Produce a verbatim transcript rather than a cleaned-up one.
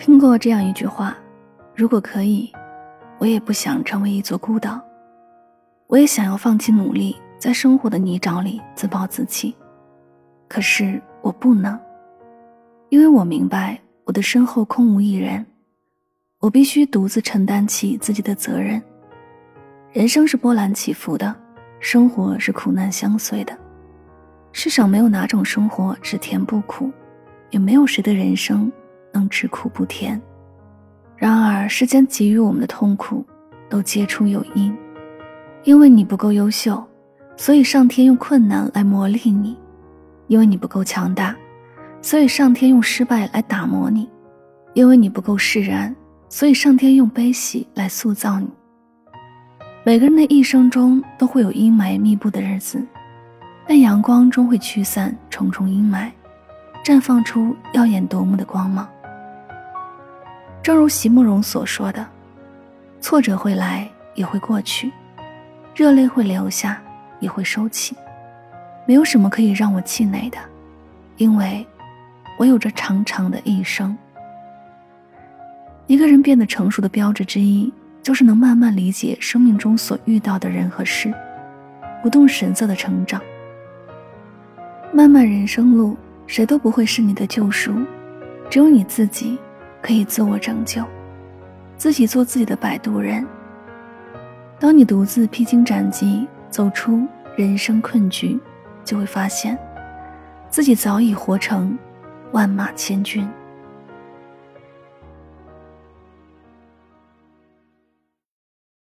听过这样一句话，如果可以，我也不想成为一座孤岛，我也想要放弃努力，在生活的泥沼里自暴自弃，可是我不能，因为我明白我的身后空无一人，我必须独自承担起自己的责任。人生是波澜起伏的，生活是苦难相随的，世上没有哪种生活只甜不苦，也没有谁的人生能只苦不甜。然而世间给予我们的痛苦都皆出有因，因为你不够优秀，所以上天用困难来磨砺你，因为你不够强大，所以上天用失败来打磨你，因为你不够释然，所以上天用悲喜来塑造你。每个人的一生中都会有阴霾密布的日子，但阳光终会驱散重重阴霾，绽放出耀眼夺目的光芒。正如席慕容所说的，挫折会来也会过去，热泪会流下也会收起，没有什么可以让我气馁的，因为我有着长长的一生。一个人变得成熟的标志之一，就是能慢慢理解生命中所遇到的人和事，不动声色的成长。漫漫人生路，谁都不会是你的救赎，只有你自己可以自我拯救，自己做自己的摆渡人。当你独自披荆斩棘，走出人生困局，就会发现自己早已活成万马千军。